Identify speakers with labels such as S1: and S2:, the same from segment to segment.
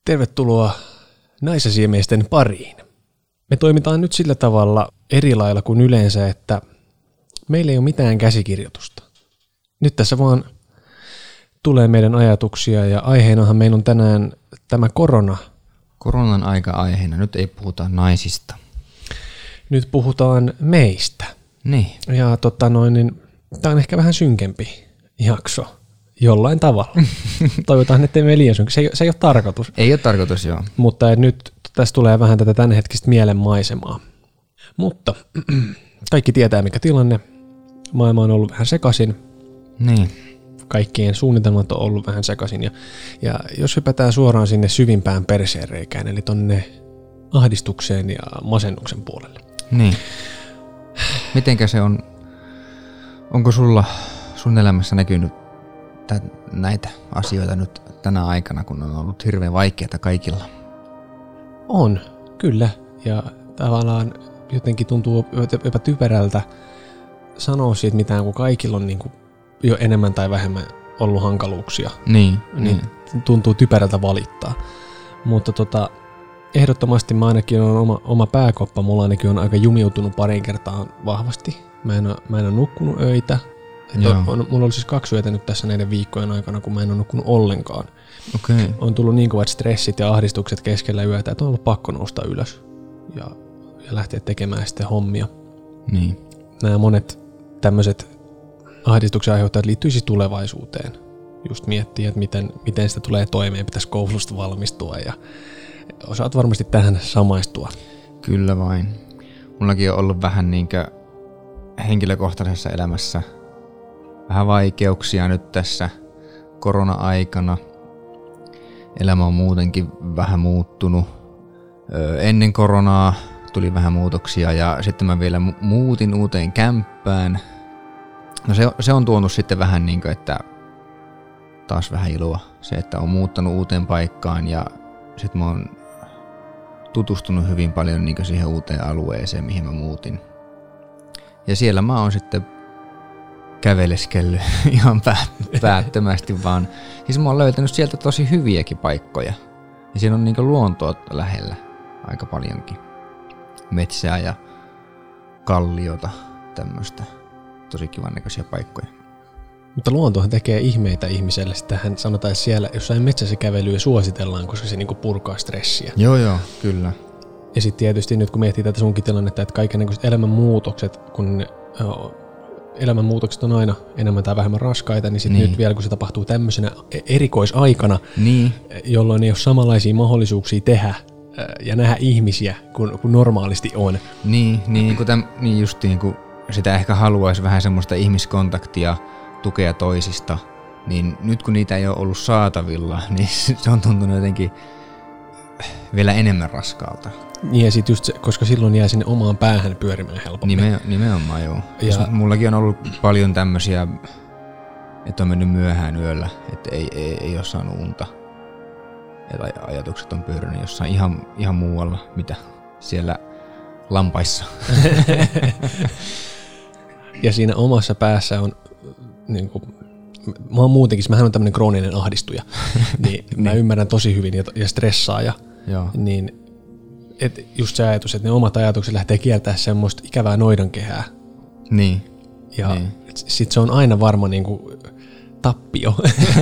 S1: Tervetuloa naisasiamiesten pariin. Me toimitaan nyt sillä tavalla eri lailla kuin yleensä, että meillä ei ole mitään käsikirjoitusta. Nyt tässä vaan tulee meidän ajatuksia ja aiheenahan meillä on tänään tämä korona.
S2: Koronan aika-aiheena. Nyt ei puhuta naisista.
S1: Nyt puhutaan meistä.
S2: Niin.
S1: Ja tämä on ehkä vähän synkempi jakso jollain tavalla. Toivotaan, ettei me liian synkä. Se ei ole tarkoitus.
S2: Ei ole tarkoitus, joo.
S1: Mutta nyt tässä tulee vähän tätä tämänhetkistä mielenmaisemaa. Mutta kaikki tietää, mikä tilanne. Maailma on ollut vähän sekaisin.
S2: Niin.
S1: Kaikkien suunnitelmat on ollut vähän sekaisin. Ja jos hypätään suoraan sinne syvimpään perseenreikään, eli tonne ahdistukseen ja masennuksen puolelle.
S2: Niin. Mitenkä se on, onko sun elämässä näkynyt näitä asioita nyt tänä aikana, kun on ollut hirveän vaikeaa kaikilla?
S1: On, kyllä. Ja tavallaan jotenkin tuntuu jopa typerältä sanoa siitä mitään, kun kaikilla on niin kuin jo enemmän tai vähemmän ollut hankaluuksia.
S2: Niin.
S1: Tuntuu typerältä valittaa. Mutta ehdottomasti mä ainakin on oma pääkoppa. Mulla ainakin on aika jumiutunut parin kertaa vahvasti. Mä en ole nukkunut öitä. Mulla oli siis 2 yötä nyt tässä näiden viikkojen aikana, kun mä en ole nukkunut ollenkaan.
S2: Okay.
S1: On tullut niin kovat stressit ja ahdistukset keskellä yötä, että on ollut pakko nousta ylös ja lähteä tekemään sitten hommia.
S2: Niin.
S1: Nämä monet tämmöiset ahdistuksen aiheuttajat liittyy siis tulevaisuuteen. Just miettiä, että miten sitä tulee toimeen, pitäisi koulusta valmistua ja osaat varmasti tähän samaistua.
S2: Kyllä vain. Mullakin on ollut vähän niinkö henkilökohtaisessa elämässä vähän vaikeuksia nyt tässä korona-aikana. Elämä on muutenkin vähän muuttunut. Ennen koronaa tuli vähän muutoksia ja sitten mä vielä muutin uuteen kämppään. No se on tuonut sitten vähän niin kuin, että taas vähän iloa. Se, että on muuttanut uuteen paikkaan ja sitten mä oon tutustunut hyvin paljon niin kuin siihen uuteen alueeseen, mihin mä muutin. Ja siellä mä oon sitten käveleskellyt ihan päättömästi vaan. Siis mä oon löytänyt sieltä tosi hyviäkin paikkoja. Ja siinä on niinku luontoa lähellä aika paljonkin. Metsää ja kalliota, tämmöistä. Tosi kivan näköisiä paikkoja.
S1: Mutta luontohan tekee ihmeitä ihmiselle. Sitähän sanotaan, että siellä jossain metsässä kävelyä suositellaan, koska se niinku purkaa stressiä.
S2: Joo, kyllä.
S1: Ja sitten tietysti nyt kun miettii tätä sunkin tilannetta, että kaikennäköiset elämänmuutokset, kun elämänmuutokset on aina enemmän tai vähemmän raskaita, niin sitten nyt vielä kun se tapahtuu tämmöisenä erikoisaikana, jolloin ei ole samanlaisia mahdollisuuksia tehdä ja nähdä ihmisiä kuin normaalisti on.
S2: Niin justiin kun sitä ehkä haluaisi vähän semmoista ihmiskontaktia, tukea toisista, niin nyt kun niitä ei ole ollut saatavilla, niin se on tuntunut jotenkin vielä enemmän raskaalta.
S1: Niin ja sitten just se, koska silloin jää sinne omaan päähän pyörimään helpommin.
S2: Nimenomaan joo. Ja mullakin on ollut paljon tämmöisiä, että on mennyt myöhään yöllä, että ei ole saanut unta. Että ajatukset on pyörinyt jossain ihan muualla, mitä siellä lampaissa. Ja siinä omassa päässä on, niin kuin, mä oon muutenkin, mähän on tämmöinen krooninen ahdistuja, niin mä ymmärrän tosi hyvin ja stressaaja. Joo.
S1: Niin et just se ajatus, että ne omat ajatukset lähtee kiertää semmoista ikävää noidankehää.
S2: Niin.
S1: Ja sit se on aina varma niinku tappio.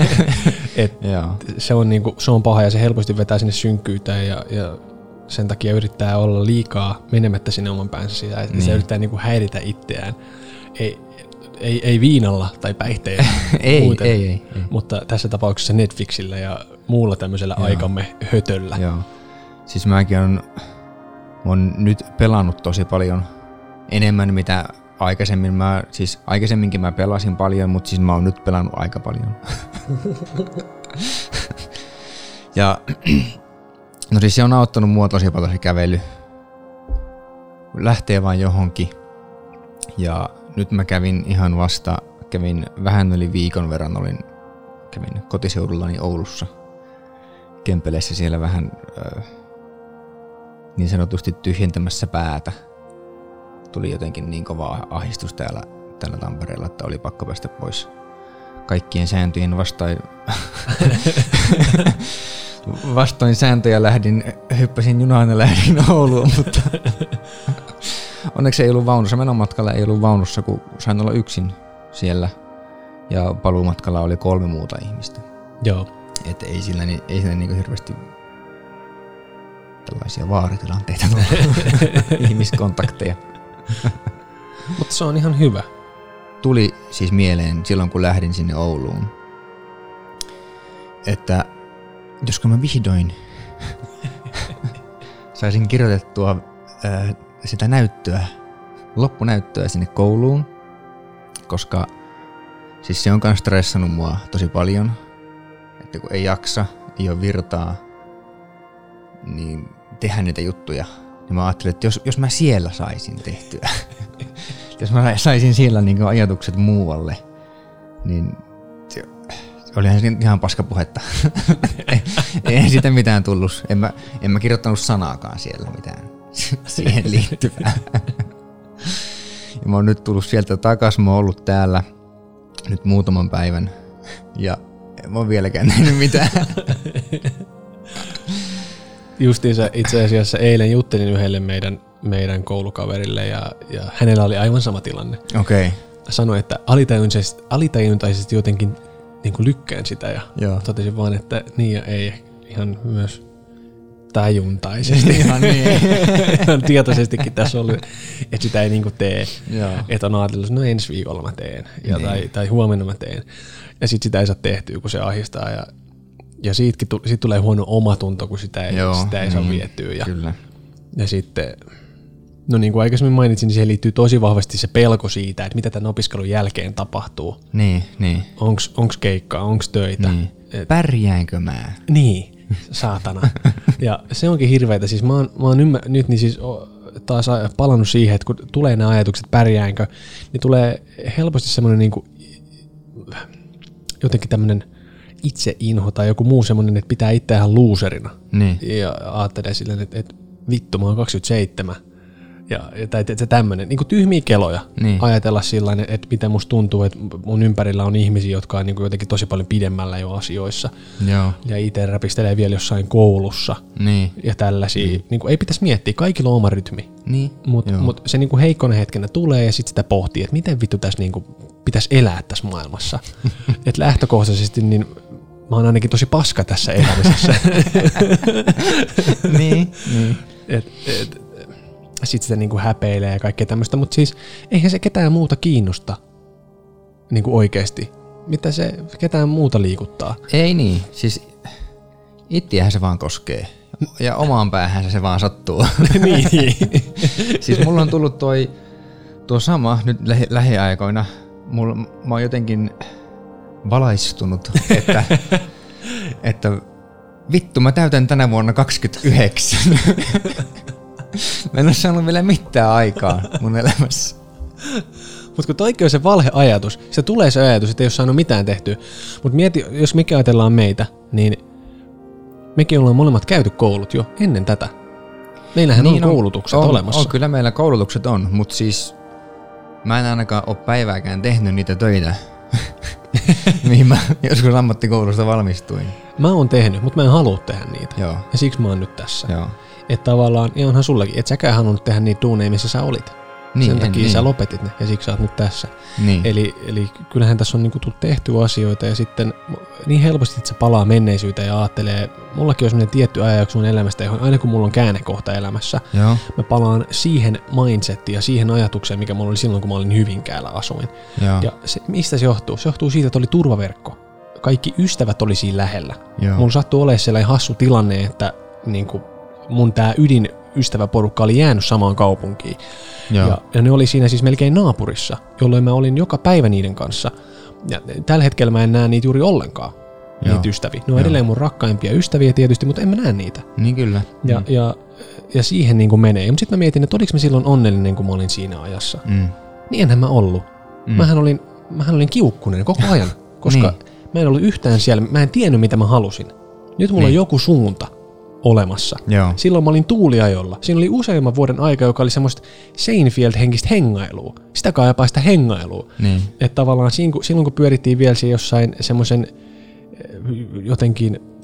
S1: Se on paha ja se helposti vetää sinne synkkyyteen ja sen takia yrittää olla liikaa menemättä sinne oman päänsä sitä, että se yrittää niinku häiritä itseään. Ei viinalla tai päihteillä.
S2: ei.
S1: Mutta tässä tapauksessa Netflixillä ja muulla tämmöisellä aikamme hötöllä.
S2: Joo. Siis mäkin on nyt pelannut tosi paljon enemmän mitä aikaisemmin. Aikaisemminkin mä pelasin paljon, mutta siis mä oon nyt pelannut aika paljon. Ja no siis se on auttanut mua tosi paljon se kävely. Lähtee vaan johonkin. Ja nyt mä kävin vähän yli viikon verran kävin kotiseudullani Oulussa Kempeleessä siellä vähän niin sanotusti tyhjentämässä päätä. Tuli jotenkin niin kovaa ahdistus täällä Tampereella, että oli pakko päästä pois kaikkien sääntöjen vastoin sääntöjä hyppäsin junaan ja lähdin Ouluun, mutta onneksi ei ollut vaunussa. Menomatkalla ei ollut vaunussa, kun sain olla yksin siellä. Ja paluumatkalla oli 3 muuta ihmistä.
S1: Joo.
S2: Että ei sillä niinku hirveästi tällaisia vaaritilanteita tullut. Ihmiskontakteja.
S1: Mutta se on ihan hyvä.
S2: Tuli siis mieleen silloin, kun lähdin sinne Ouluun, että josko mä vihdoin saisin kirjoitettua sitä loppunäyttöä sinne kouluun, koska siis se on myös stressannut mua tosi paljon, että kun ei jaksa, ei ole virtaa, niin tehdä niitä juttuja. Ja mä ajattelin, että jos mä siellä saisin tehtyä, jos mä saisin siellä niin ajatukset muualle, niin olihan se ihan paskapuhetta. Ei siitä mitään tullut. En mä kirjoittanut sanaakaan siellä mitään siihen liittyvää. Ja mä oon nyt tullut sieltä takaisin, mä oon ollut täällä nyt muutaman päivän ja en mä oon vieläkään nähnyt mitään.
S1: Justiinsa itse asiassa eilen juttelin yhdelle meidän koulukaverille ja hänellä oli aivan sama tilanne.
S2: Okei.
S1: Sanoin, että alitajuntaisesti jotenkin niin kuin lykkään sitä ja totesin vaan, että niin ja ei ihan myös tajuntaisesti.
S2: Ihan niin.
S1: On tietoisestikin tässä ollut, että sitä ei niin kuin tee.
S2: Joo.
S1: Että on ajatellut, että no ensi viikolla mä teen tai huomenna mä teen. Ja sit sitä ei saa tehtyä, kun se ahdistaa ja siitä tulee huono omatunto, kun sitä ei saa viettyä. Ja sitten, no niin kuin aikaisemmin mainitsin, niin siihen liittyy tosi vahvasti se pelko siitä, että mitä tämän opiskelun jälkeen tapahtuu.
S2: Niin.
S1: Onks keikkaa, onks töitä.
S2: Niin. Pärjäänkö mä?
S1: Niin, saatana. Ja se onkin hirveätä. Siis mä oon nyt niin siis taas palannut siihen, että kun tulee nämä ajatukset, pärjäänkö, niin tulee helposti semmoinen niin kuin jotenkin tämmöinen itseinho tai joku muu semmoinen, että pitää itseään loserina.
S2: Niin.
S1: Ja ajattelee silleen, että vittu, mä oon 27. Tai tämmöinen, niin kuin tyhmiä keloja. Niin. Ajatella sillain, että miten musta tuntuu, että mun ympärillä on ihmisiä, jotka on niin kuin jotenkin tosi paljon pidemmällä jo asioissa. Joo. Ja itse räpistelee vielä jossain koulussa. Niin. Ja tällaisia. Niin kuin ei pitäisi miettiä, kaikilla on oma rytmi. Niin. Mutta se niin kuin heikkona hetkenä tulee ja sitten sitä pohtii, että miten vittu tässä niin kuin pitäisi elää tässä maailmassa. Että lähtökohtaisesti niin mä oon ainakin tosi paska tässä elämisessä. niin. Sitten sitä niinku häpeilee ja kaikkea tämmöistä, mutta siis eihän se ketään muuta kiinnosta niinku oikeesti. Mitä se ketään muuta liikuttaa? Ei
S2: niin, siis ittiähän se vaan koskee ja omaan päähän se vaan sattuu.
S1: Niin.
S2: Siis mulla on tullut tuo sama nyt lähiaikoina. Mä oon jotenkin valaistunut, että vittu mä täytän tänä vuonna 29. Mä en ole saanut vielä mitään aikaa mun elämässä.
S1: Mutta kun toikin on se valheajatus, se tulee se ajatus, että ei ole saanut mitään tehtyä. Mutta mieti, jos mekin ajatellaan meitä, niin mekin ollaan molemmat käyty koulut jo ennen tätä. Meillähän niin on koulutukset olemassa.
S2: On, kyllä meillä koulutukset on, mutta siis mä en ainakaan ole päivääkään tehnyt niitä töitä, mihin mä joskus ammattikoulusta valmistuin.
S1: Mä oon tehnyt, mutta mä en halua tehdä niitä. Joo. Ja siksi mä oon nyt tässä.
S2: Joo.
S1: Että tavallaan, ja onhan sullakin, et säkään halunnut tehdä niitä duuneja, missä sä olit. Niin, sen takia sä lopetit ne, ja siksi sä oot nyt tässä. Niin. Eli kyllähän tässä on niinku tullut tehtyä asioita, ja sitten niin helposti, että se palaa menneisyyteen ja ajattelee, mullakin on sellainen tietty ajanjakso mun elämästä, johon aina kun mulla on käännekohta elämässä, mä palaan siihen mindsettiin ja siihen ajatukseen, mikä mulla oli silloin, kun mä olin Hyvinkäällä asuin. Joo. Ja mistä se johtuu? Se johtuu siitä, että oli turvaverkko. Kaikki ystävät oli siinä lähellä. Joo. Mulla sattui olemaan sellainen hassu tilanne, että niinku mun tää ystäväporukka oli jäänyt samaan kaupunkiin. Ja ne oli siinä siis melkein naapurissa, jolloin mä olin joka päivä niiden kanssa. Ja tällä hetkellä mä en näe niitä juuri ollenkaan, niitä ystäviä. Ne on edelleen mun rakkaimpia ystäviä tietysti, mutta en mä näe niitä.
S2: Niin kyllä.
S1: Ja siihen niin kuin menee. Mutta sitten mä mietin, että oliko mä silloin onnellinen, kun mä olin siinä ajassa. Niin enhän mä ollut. Mähän olin kiukkunen koko ajan, koska mä en ollut yhtään siellä. Mä en tiennyt, mitä mä halusin. Nyt mulla on joku suunta olemassa. Joo. Silloin mä olin tuuliajolla. Siinä oli useamman vuoden aika, joka oli semmoista Seinfeld-henkistä hengailua. Sitä kaipaa sitä hengailua. Niin. Että tavallaan silloin kun pyörittiin vielä jossain semmoisen jotenkin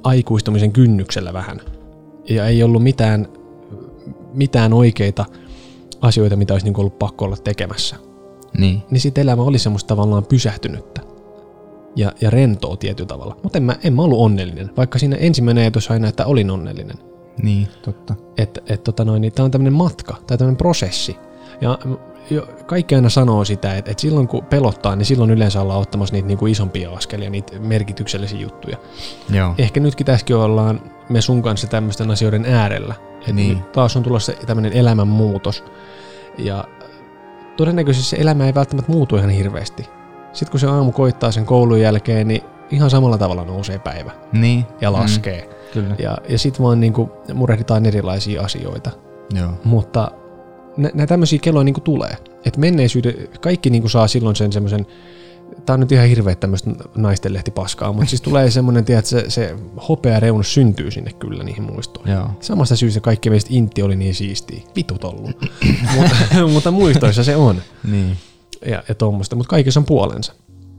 S1: aikuistumisen kynnyksellä vähän. Ja ei ollut mitään oikeita asioita, mitä olisi niin ollut pakko olla tekemässä.
S2: Niin.
S1: Niin sit elämä oli semmoista tavallaan pysähtynyttä. Ja rentoa tietyllä tavalla. Mutta en mä ollut onnellinen, vaikka siinä ensimmäinen ajatus aina, että olin onnellinen.
S2: Niin, totta.
S1: Niin tää on tämmönen matka, tai tämmönen prosessi. Ja kaikki aina sanoo sitä, että silloin kun pelottaa, niin silloin yleensä ollaan ottamassa niitä niinku isompia askelia, niitä merkityksellisiä juttuja.
S2: Joo.
S1: Ehkä nytkin tässäkin ollaan me sun kanssa tämmöisten asioiden äärellä.
S2: Niin.
S1: Taas on tulossa tämmöinen elämänmuutos. Ja todennäköisesti se elämä ei välttämättä muutu ihan hirveästi. Sitten kun se aamu koittaa sen koulun jälkeen, niin ihan samalla tavalla nousee päivä.
S2: Niin.
S1: Ja laskee.
S2: Kyllä.
S1: Ja sitten vaan niinku murehditaan erilaisia asioita.
S2: Joo.
S1: Mutta nämä tämmöisiä kelloja niinku tulee. Että menneisyyden, kaikki niinku saa silloin sen semmoisen, tää on nyt ihan hirveä tämmöistä naistenlehtipaskaa, mutta siis tulee semmoinen, että se hopea reunus syntyy sinne kyllä niihin muistoihin.
S2: Joo.
S1: Samasta syystä kaikki meistä intti oli niin siistiä. Vitut ollut. mutta muistoissa se on.
S2: Niin.
S1: Ja tommoista, mutta kaikessa on puolensa.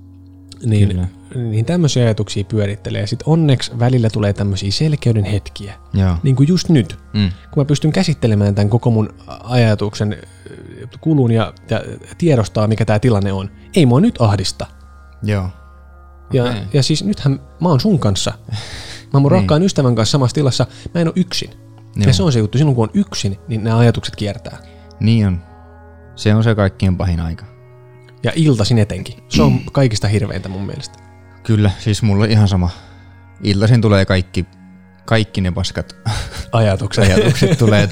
S1: Niin tämmöisiä ajatuksia pyörittelee. Ja sitten onneksi välillä tulee tämmöisiä selkeyden hetkiä.
S2: Joo.
S1: Niin kuin just nyt. Kun mä pystyn käsittelemään tämän koko mun ajatuksen kulun ja tiedostaa, mikä tää tilanne on. Ei mua nyt ahdista.
S2: Joo.
S1: Okay. Ja siis nythän mä oon sun kanssa. Mä oon mun rakkaan ystävän kanssa samassa tilassa. Mä en oo yksin. Joo. Ja se on se juttu. Silloin kun on yksin, niin nämä ajatukset kiertää.
S2: Niin on. Se on se kaikkien pahin aika.
S1: Ja iltaisin etenkin. Se on kaikista hirveintä mun mielestä.
S2: Kyllä, siis mulla on ihan sama. Iltaisin tulee kaikki ne paskat ajatukset tulee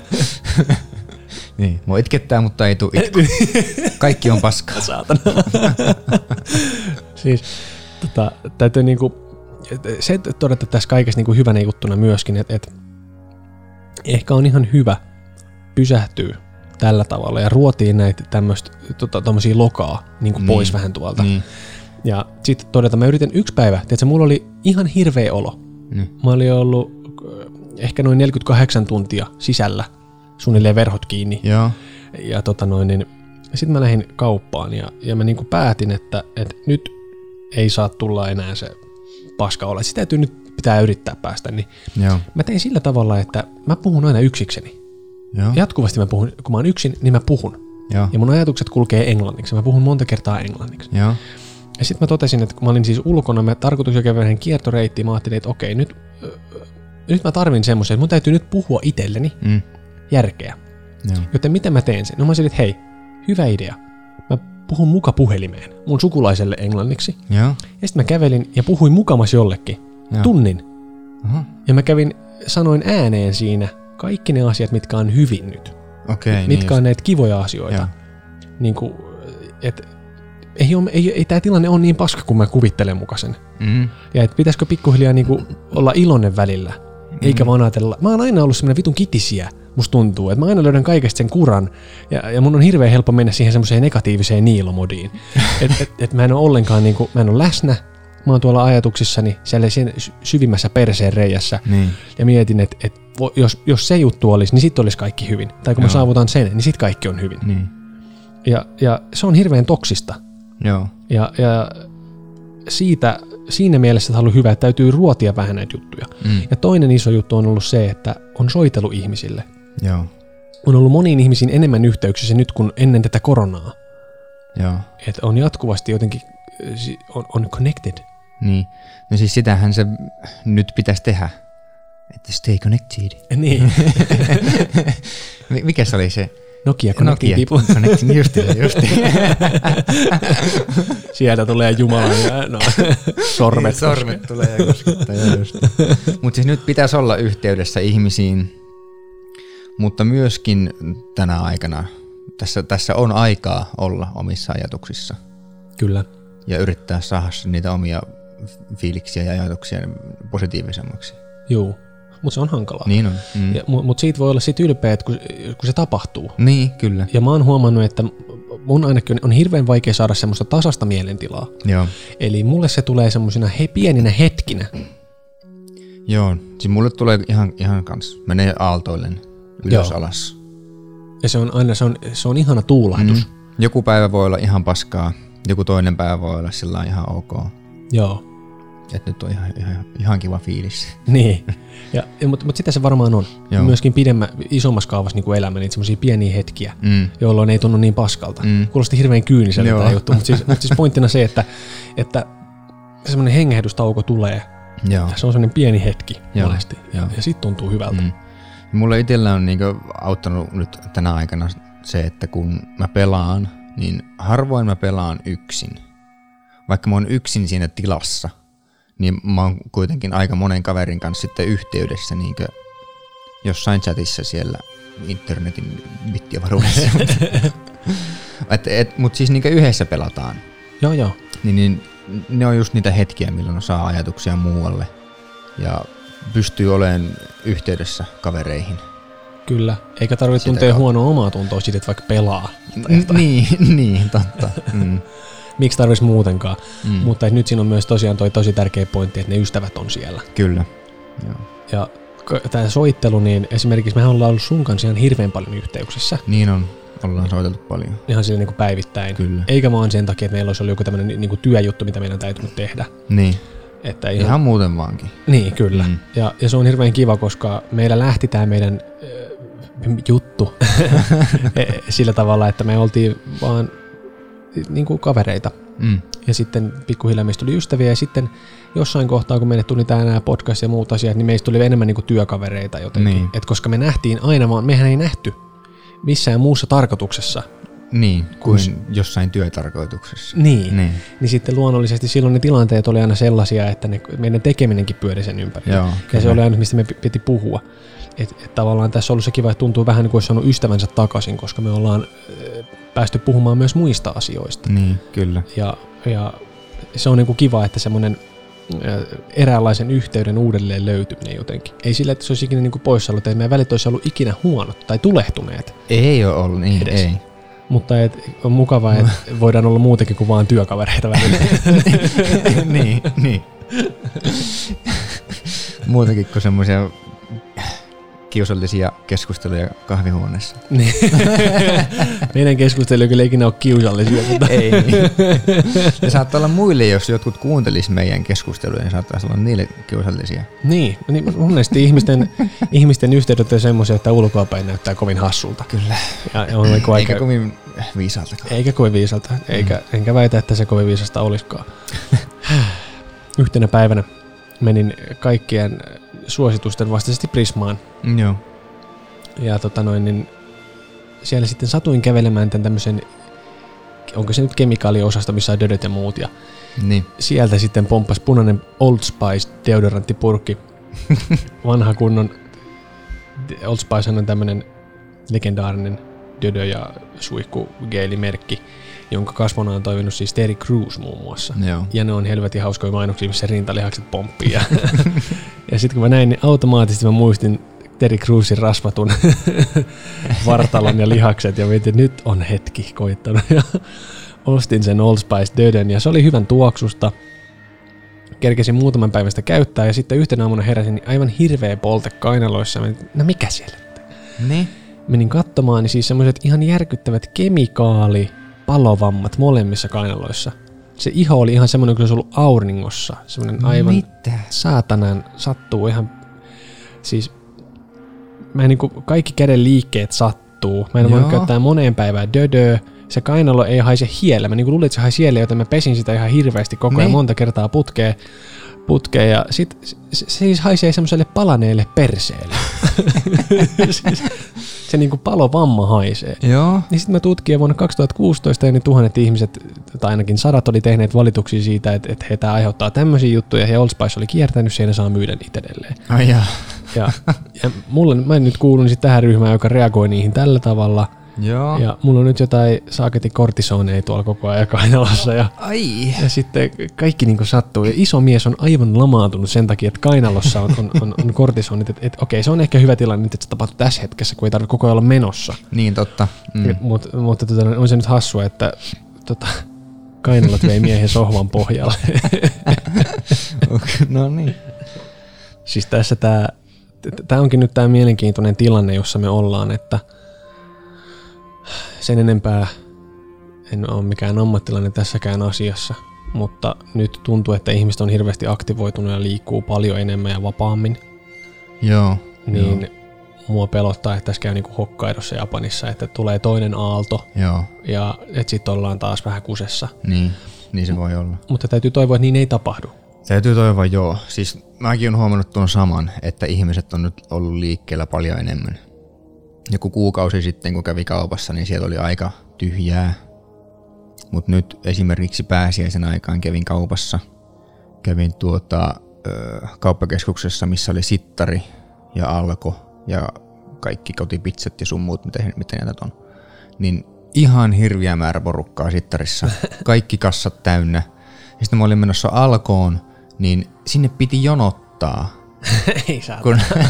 S2: niin, mua itkettää, mutta ei tuu itku. Kaikki on paskaa.
S1: Saatana. Siis täytyy niinku se todeta tässä kaikessa niinku hyvänä juttuna myöskin, että ehkä on ihan hyvä pysähtyä tällä tavalla ja ruotiin näitä tommosia lokaa niinku pois vähän tuolta. Niin. Ja sitten todeta, mä yritän yksi päivä, tiedätkö, mulla oli ihan hirveä olo. Mä olin ollut ehkä noin 48 tuntia sisällä, suunnilleen verhot kiinni.
S2: Joo.
S1: Ja sitten mä lähdin kauppaan ja mä niinku päätin, että nyt ei saa tulla enää se paska olla. Sitä täytyy nyt pitää yrittää päästä. Niin
S2: joo.
S1: Mä tein sillä tavalla, että mä puhun aina yksikseni.
S2: Joo.
S1: Jatkuvasti mä puhun, kun mä oon yksin, niin mä puhun.
S2: Joo.
S1: Ja mun ajatukset kulkee englanniksi. Mä puhun monta kertaa englanniksi.
S2: Joo.
S1: Ja sitten mä totesin, että kun mä olin siis ulkona, mä tarkoituksen käydä kiertoreittiin, mä ajattelin, että okei, nyt mä tarvin semmoisen, että mun täytyy nyt puhua itselleni järkeä.
S2: Joo.
S1: Joten miten mä teen sen? No mä sanoin, että hei, hyvä idea. Mä puhun muka puhelimeen mun sukulaiselle englanniksi.
S2: Joo.
S1: Ja sitten mä kävelin ja puhuin mukamas jollekin tunnin.
S2: Aha.
S1: Ja mä sanoin ääneen siinä kaikki ne asiat, mitkä on hyvin nyt.
S2: Okei,
S1: mitkä on näitä kivoja asioita. Niin kuin, että ei tämä tilanne ole niin paska, kun mä kuvittelen muka sen. Ja että pitäisikö pikkuhiljaa niinku olla iloinen välillä, eikä vaan ajatella. Mä oon aina ollut semmoinen vitun kitisiä, musta tuntuu, että mä aina löydän kaikesta sen kuran, ja mun on hirveän helppo mennä siihen semmoiseen negatiiviseen niilomodiin. että mä en ole ollenkaan, niinku, mä en ole läsnä, mä oon tuolla ajatuksissani siellä sen syvimmässä perseen reijässä, ja mietin, että jos se juttu olisi, niin sitten olisi kaikki hyvin. Tai kun mä saavutan sen, niin sitten kaikki on hyvin.
S2: Niin.
S1: Ja se on hirveän toksista.
S2: Joo.
S1: Ja siinä mielessä on ollut hyvä, että täytyy ruotia vähän näitä juttuja. Ja toinen iso juttu on ollut se, että on soitellut ihmisille.
S2: Joo.
S1: On ollut moniin ihmisiin enemmän yhteyksissä nyt kuin ennen tätä koronaa.
S2: Joo.
S1: Että on jatkuvasti jotenkin, on connected.
S2: Niin. No siis sitähän se nyt pitäisi tehdä. Että stay connected.
S1: Niin.
S2: Mikä se oli se?
S1: Nokia Connecting People.
S2: Connecting, justi.
S1: Sieltä tulee Jumala ja sormet.
S2: Sormet tulee ja koskettaa. Mutta siis nyt pitäisi olla yhteydessä ihmisiin, mutta myöskin tänä aikana tässä on aikaa olla omissa ajatuksissa.
S1: Kyllä.
S2: Ja yrittää saada niitä omia fiiliksiä ja ajatuksia positiivisemmaksi.
S1: Joo. Mutta se on hankalaa.
S2: Niin on.
S1: Mutta siitä voi olla sit ylpeä, kun se tapahtuu.
S2: Niin, kyllä.
S1: Ja mä oon huomannut, että mun ainakin on hirveän vaikea saada semmoista tasasta mielentilaa.
S2: Joo.
S1: Eli mulle se tulee semmoisina pieninä hetkinä.
S2: Joo, siis mulle tulee ihan kans, menee aaltoilleen ylös alas.
S1: Ja se on aina, se on ihana tuulahdus.
S2: Joku päivä voi olla ihan paskaa, joku toinen päivä voi olla sillä ihan ok.
S1: Joo.
S2: Että nyt on ihan kiva fiilis.
S1: Niin, mutta sitä se varmaan on.
S2: Joo.
S1: Myöskin isommassa kaavassa niin kuin elämä, niitä semmoisia pieniä hetkiä, jolloin ei tunnu niin paskalta. Kuulosti hirveän kyyniseltä tämä juttu, mutta siis pointtina se, että semmoinen hengähdystauko tulee.
S2: Joo.
S1: Se on semmoinen pieni hetki monesti ja sit tuntuu hyvältä.
S2: Mulla itsellä on niinku auttanut nyt tänä aikana se, että kun mä pelaan, niin harvoin mä pelaan yksin. Vaikka mä oon yksin siinä tilassa, niin mä oon kuitenkin aika monen kaverin kanssa sitten yhteydessä niinku jossain chatissa siellä internetin bittiavaruudessa. Mutta siis niinku yhdessä pelataan.
S1: Joo.
S2: Niin ne on just niitä hetkiä, milloin saa ajatuksia muualle ja pystyy olemaan yhteydessä kavereihin. Kyllä, eikä tarvitse tuntea huonoa omaa tuntoa siitä, että vaikka pelaa. Niin, totta.
S1: Miksi tarvitsisi muutenkaan? Mutta nyt siinä on myös tosiaan toi tosi tärkeä pointti, että ne ystävät on siellä.
S2: Kyllä. Joo.
S1: Ja tämä soittelu, niin esimerkiksi mehän ollaan ollut sun kanssa ihan hirveän paljon yhteyksissä.
S2: Niin on. Ollaan soiteltu paljon.
S1: Ihan sille niin kuin päivittäin.
S2: Kyllä.
S1: Eikä vaan sen takia, että meillä olisi ollut joku tämmöinen niin kuin työjuttu, mitä meidän täytyy tehdä.
S2: Niin.
S1: Että
S2: ihan muuten vaankin.
S1: Niin, kyllä. Ja se on hirveän kiva, koska meillä lähti tämä meidän juttu sillä tavalla, että me oltiin vaan niin kuin kavereita. Ja sitten pikkuhiljaa meistä tuli ystäviä ja sitten jossain kohtaa, kun meille tuli nämä podcast ja muut asiat, niin meistä tuli enemmän niin kuin työkavereita jotenkin. Niin. Et koska me nähtiin aina vaan, mehän ei nähty missään muussa tarkoituksessa.
S2: Niin, kuin jossain työtarkoituksessa.
S1: Niin sitten luonnollisesti silloin ne tilanteet oli aina sellaisia, että meidän tekeminenkin pyöri sen ympärillä.
S2: Joo,
S1: ja se oli aina, mistä me piti puhua. Et tavallaan tässä on ollut se kiva, että tuntuu vähän niin kuin olisi saanut ystävänsä takaisin, koska me ollaan päästy puhumaan myös muista asioista.
S2: Niin, kyllä.
S1: Ja se on niin kuin kiva, että semmoinen eräänlaisen yhteyden uudelleen löytyminen jotenkin. Ei sillä, että se olisi ikinä niin kuin poissa ollut, että meidän välit olisi ollut ikinä huonot tai tulehtuneet.
S2: Ei ole ollut, niin
S1: edes.
S2: Ei.
S1: Mutta on mukavaa, että voidaan olla muutenkin kuin vaan työkavereita välillä.
S2: niin. Muutakin kuin semmoisia kiusallisia keskusteluja kahvihuoneessa.
S1: Meidän keskustelu kyllä ikinä ole kiusallisia. Mutta
S2: ei niin. Ne saattaa olla muille, jos jotkut kuuntelis meidän keskusteluja, niin saattaisi olla niille kiusallisia.
S1: Niin mun mielestä ihmisten yhteydet on semmoisia, että ulkoapäin näyttää kovin hassulta.
S2: Kyllä.
S1: Ja on
S2: eikä kovin viisaaltakaan.
S1: Eikä kovin viisalta, enkä väitä, että se kovin viisasta olisikaan. Yhtenä päivänä menin kaikkien suositusten vastaisesti Prismaan.
S2: Joo.
S1: Ja niin siellä sitten satuin kävelemään tämän tämmöisen, onko se nyt kemikaaliosasto, missä on dödöt ja muut. Ja
S2: niin.
S1: Sieltä sitten pomppasi punainen Old Spice deodoranttipurkki. Vanha kunnon Old Spice on tämmöinen legendaarinen dödö- ja suihkugeelimerkki, jonka kasvona on toiminut siis Terry Crews muun muassa.
S2: Joo.
S1: Ja ne on helvetin hauskoja mainoksia, missä rintalihakset pomppii. Ja sitten kun mä näin, niin automaattisesti mä muistin Terry Crewsin rasvatun vartalon ja lihakset ja mietin, että nyt on hetki koittanut. Ja ostin sen Old Spice dödön ja se oli hyvän tuoksusta. Kerkesin muutaman päivän sitä käyttää ja sitten yhtenä aamuna heräsin niin aivan hirveä polte kainaloissa. No mikä siellä?
S2: Niin?
S1: Menin katsomaan, niin siis semmoiset ihan järkyttävät kemikaalipalovammat molemmissa kainaloissa. Se iho oli ihan semmoinen, kun se olisi ollut auringossa. Semmoinen aivan saatanan sattuu ihan, siis mä niin kuin kaikki käden liikkeet sattuu. Mä en voinut käyttää moneen päivään dödöä. Se kainalo ei haise hiellä. Mä niin kuin luulin, että se haisi hiellä, joten mä pesin sitä ihan hirveästi koko ajan monta kertaa putkeen. Ja sit se siis haisee semmoiselle palaneelle perseelle. Se niinku palovamma haisee.
S2: Joo.
S1: Niin sitten mä tutkin vuonna 2016 ja ne tuhannet ihmiset, tai ainakin 100 oli tehneet valituksia siitä, että heitä aiheuttaa tämmöisiä juttuja ja Old Spice oli kiertänyt sen ja saa myydä niitä edelleen.
S2: Ai
S1: ja mä nyt kuulun sit tähän ryhmään, joka reagoi niihin tällä tavalla.
S2: Joo.
S1: Ja mulla on nyt jotain saaketin kortisoneja tuolla koko ajan kainalossa. Ja sitten kaikki niinku sattuu. Ja iso mies on aivan lamaantunut sen takia, että kainalossa on kortisonit. Että okei, se on ehkä hyvä tilanne nyt, että se tapahtuu tässä hetkessä, kun ei tarvitse koko ajan olla menossa.
S2: Niin, totta.
S1: Mutta on se nyt hassua, että kainalot vei miehen sohvan pohjalle.
S2: No niin.
S1: Siis tässä tää onkin nyt tää mielenkiintoinen tilanne, jossa me ollaan, että sen enempää en ole mikään ammattilainen tässäkään asiassa, mutta nyt tuntuu, että ihmiset on hirveästi aktivoitunut ja liikkuu paljon enemmän ja vapaammin.
S2: Joo.
S1: Niin mua pelottaa, että tässä käy niin kuin Hokkaidossa Japanissa, että tulee toinen aalto ja että sitten ollaan taas vähän kusessa.
S2: Niin se voi olla.
S1: Mutta täytyy toivoa, että niin ei tapahdu.
S2: Täytyy toivoa, joo. Siis mäkin olen huomannut tuon saman, että ihmiset on nyt ollut liikkeellä paljon enemmän. Joku kuukausi sitten, kun kävi kaupassa, niin siellä oli aika tyhjää. Mutta nyt esimerkiksi pääsiäisen aikaan kävin kaupassa. Kävin kauppakeskuksessa, missä oli Sittari ja Alko ja kaikki kotipizzat ja sun muut, mitä näitä on. Niin ihan hirviä määrä porukkaa Sittarissa. Kaikki kassat täynnä. Ja sitten mä olin menossa Alkoon, niin sinne piti jonottaa.
S1: Ei saa.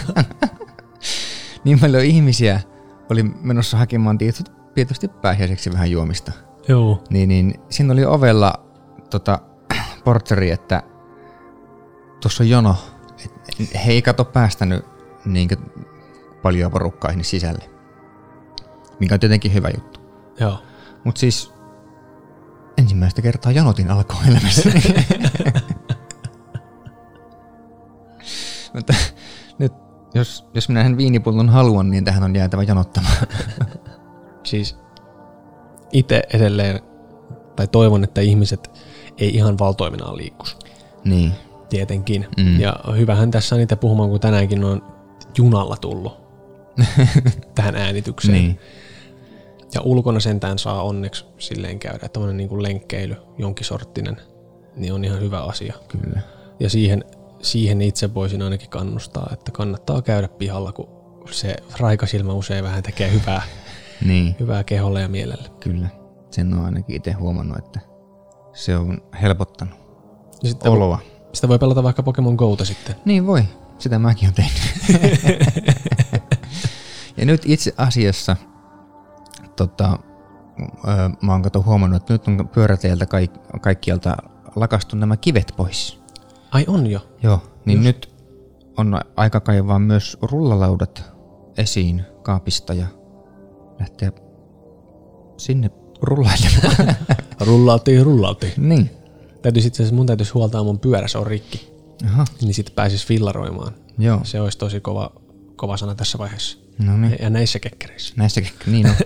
S2: Niin paljon ihmisiä oli menossa hakemaan tietysti pääsiäiseksi vähän juomista.
S1: Joo.
S2: Niin siinä oli ovella portsari, että tuossa on jono. He ei kato päästänyt niinkö paljon porukkaa sinne sisälle. Mikä on tietenkin hyvä juttu.
S1: Joo.
S2: Mut siis ensimmäistä kertaa jonotin Alkoon elämässä. Mutta nyt, jos minä sen viinipullon haluan, niin tähän on jäätävä jonottamaan.
S1: Siis itse edelleen, tai toivon, että ihmiset ei ihan valtoiminaan liikkuisi.
S2: Niin.
S1: Tietenkin. Ja hyvähän tässä on itse puhumaan, kun tänäänkin on junalla tullut tähän äänitykseen.
S2: Niin.
S1: Ja ulkona sentään saa onneksi silleen käydä. Tämmöinen niin kuin lenkkeily, jonkin sorttinen, niin on ihan hyvä asia.
S2: Kyllä.
S1: Ja siihen itse voisin ainakin kannustaa, että kannattaa käydä pihalla, kun se raikasilmä usein vähän tekee hyvää keholle ja mielelle.
S2: Kyllä. Sen on ainakin itse huomannut, että se on helpottanut
S1: ja
S2: oloa.
S1: Sitä voi pelata vaikka Pokemon Gota sitten.
S2: Niin voi. Sitä mäkin olen tehnyt. Ja nyt itse asiassa mä oon huomannut, että nyt on pyöräteiltä kaikkialta lakastu nämä kivet pois.
S1: Ai on jo?
S2: Joo, niin just. Nyt on aika kaivaa myös rullalaudat esiin kaapista ja lähteä sinne rullailemaan.
S1: Rullautiin.
S2: Niin.
S1: Mun täytyisi huoltaa mun pyörä, se on rikki.
S2: Aha.
S1: Niin sitten pääsisi fillaroimaan.
S2: Joo.
S1: Se olisi tosi kova sana tässä vaiheessa.
S2: No niin.
S1: Ja näissä kekkereissä.
S2: Niin on.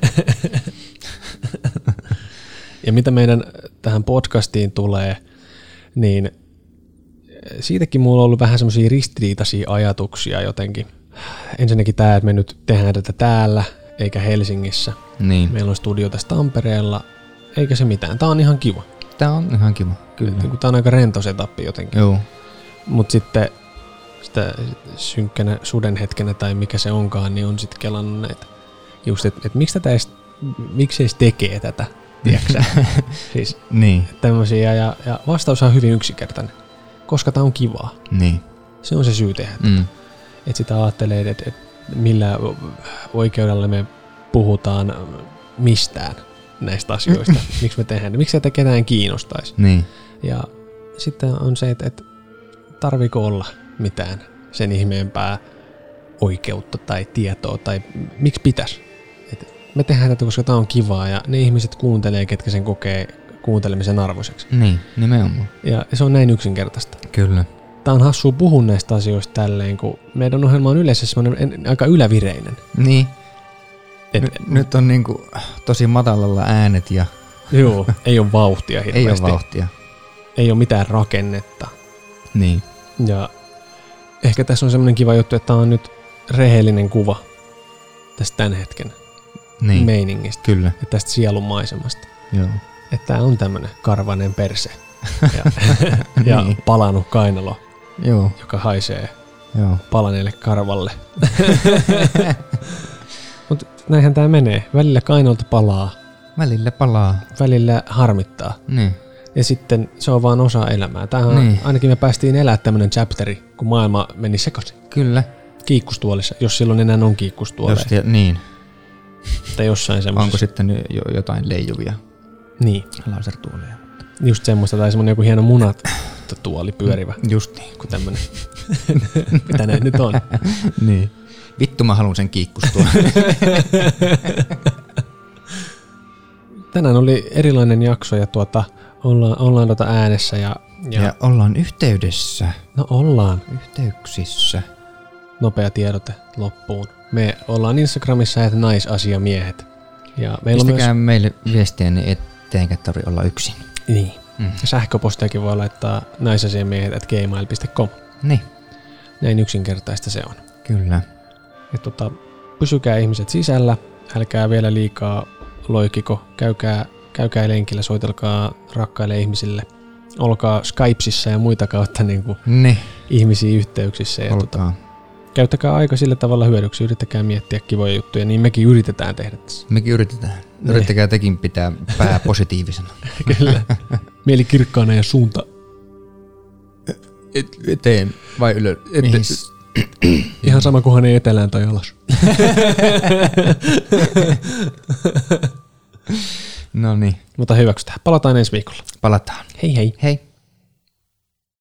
S1: Ja mitä meidän tähän podcastiin tulee, niin siitäkin mulla on ollut vähän semmoisia ristiriitaisia ajatuksia jotenkin. Ensinnäkin tämä, että me nyt tehdään tätä täällä, eikä Helsingissä.
S2: Niin.
S1: Meillä on studio tässä Tampereella, eikä se mitään. Tää on ihan kiva.
S2: Tää on ihan kiva, kyllä.
S1: Tää on aika rento setappi jotenkin.
S2: Joo.
S1: Mut sitten sitä synkkänä sudenhetkenä tai mikä se onkaan, niin on sitten kelannut näitä. Just, että miksi edes tekee tätä, tiedätkö siis
S2: niin.
S1: Tämmöisiä, ja vastaus on hyvin yksinkertainen. Koska tää on kivaa.
S2: Niin.
S1: Se on se syy tehdä tätä. Että sitä ajattelee, että millä oikeudella me puhutaan mistään näistä asioista. Miksi me tehdään, miksi sitä ketään kiinnostaisi.
S2: Niin.
S1: Ja sitten on se, että tarviiko olla mitään sen ihmeempää oikeutta tai tietoa, tai miksi pitäisi. Me tehdään tätä, koska tämä on kivaa, ja ne ihmiset kuuntelee, ketkä sen kokee kuuntelemisen arvoiseksi.
S2: Niin, nimenomaan.
S1: Ja se on näin yksinkertaista.
S2: Kyllä.
S1: Tämä on hassua puhua näistä asioista tälleen, kun meidän ohjelma on yleensä semmoinen aika ylävireinen.
S2: Niin. Nyt on niinku tosi matalalla äänet ja...
S1: Joo, ei ole vauhtia hirveästi.
S2: Ei ole vauhtia.
S1: Ei ole mitään rakennetta.
S2: Niin.
S1: Ja ehkä tässä on semmoinen kiva juttu, että tämä on nyt rehellinen kuva tästä tämän hetken meiningistä.
S2: Kyllä.
S1: Ja tästä sielunmaisemasta.
S2: Joo.
S1: Että tämä on tämmöinen karvainen perse ja niin. Palanut kainalo,
S2: joo.
S1: joka haisee
S2: joo.
S1: palaneelle karvalle. Mutta näinhän tämä menee. Välillä kainolta palaa. Välillä harmittaa.
S2: Niin.
S1: Ja sitten se on vaan osa elämää. Tämähän
S2: niin.
S1: Ainakin me päästiin elämään tämmöinen chapteri, kun maailma meni sekaisin.
S2: Kyllä.
S1: Kiikkustuolissa, jos silloin enää on kiikkustuoleja.
S2: Niin.
S1: Tai jossain semmoisessa.
S2: Onko sitten jotain leijuvia
S1: niin.
S2: lasertuoleja?
S1: Just semmoista, tai semmoinen joku hieno munatuoli pyörivä.
S2: Just niin.
S1: Kuin tämmönen. Mitä ne nyt on?
S2: Niin. Vittu mä haluun sen kiikkustuolen.
S1: Tänään oli erilainen jakso ja ollaan äänessä ja
S2: ollaan yhteydessä.
S1: No ollaan.
S2: Yhteyksissä.
S1: Nopea tiedote loppuun. Me ollaan Instagramissa @naisasiamiehet. Ja
S2: pistäkää meille viestiä, niin etteikä tarvitse olla yksin.
S1: Niin. Ja sähköpostiakin voi laittaa naisasiamiehet@gmail.com.
S2: Niin.
S1: Näin yksinkertaista se on.
S2: Kyllä.
S1: Ja pysykää ihmiset sisällä, älkää vielä liikaa loikiko, käykää lenkillä, soitelkaa rakkaille ihmisille, olkaa Skypesissa ja muita kautta ihmisiä yhteyksissä. Ja käyttäkää aika sillä tavalla hyödyksi, yrittäkää miettiä kivoja juttuja, niin mekin yritetään tehdä tässä.
S2: Mekin yritetään. Yrittäkää tekin pitää pää positiivisena.
S1: Kyllä. Mieli kirkkaana ja suunta
S2: eteen vai ylös?
S1: Ihan sama kuin ne etelään tai alas.
S2: No niin.
S1: Mutta hyväksytään. Palataan ensi viikolla.
S2: Palataan.
S1: Hei hei.
S2: Hei.